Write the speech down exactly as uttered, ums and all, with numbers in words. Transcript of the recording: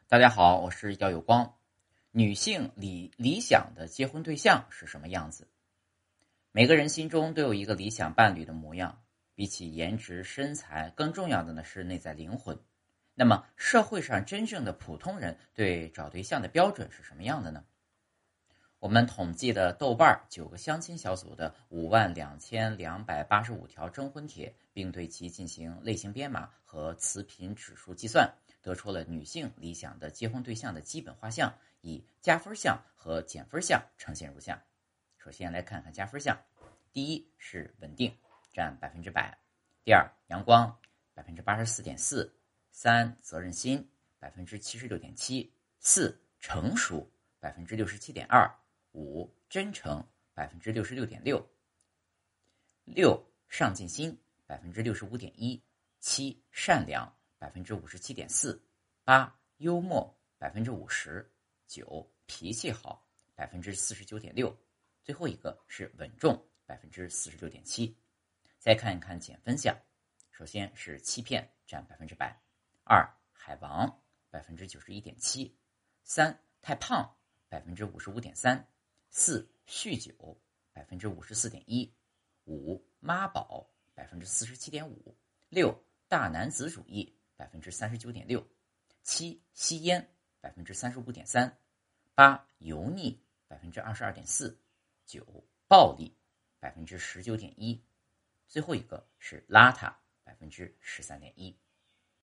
大家好，我是姚有光。女性理理想的结婚对象是什么样子？每个人心中都有一个理想伴侣的模样，比起颜值、身材，更重要的呢是内在灵魂。那么，社会上真正的普通人对找对象的标准是什么样的呢？我们统计了豆瓣九个相亲小组的五万两千两百八十五条征婚帖，并对其进行类型编码和词频指数计算，得出了女性理想的结婚对象的基本画像，以加分项和减分项呈现如下。首先来看看加分项，第一是稳定，占百分之百；第二阳光，百分之八十四点四；三责任心，百分之七十六点七；四成熟，百分之六十七点二。五真诚百分之六十六点六，六上进心百分之六十五点一，七善良百分之五十七点四，八幽默百分之五十，九脾气好百分之四十九点六，最后一个是稳重百分之四十六点七。再看一看减分项，首先是欺骗占百分之百，二海王百分之九十一点七，三太胖百分之五十五点三。四酗酒百分之五十四点一，五妈宝百分之四十七点五，六大男子主义百分之三十九点六，七吸烟百分之三十五点三，八油腻百分之二十二点四，九暴力百分之十九点一，最后一个是邋遢百分之十三点一。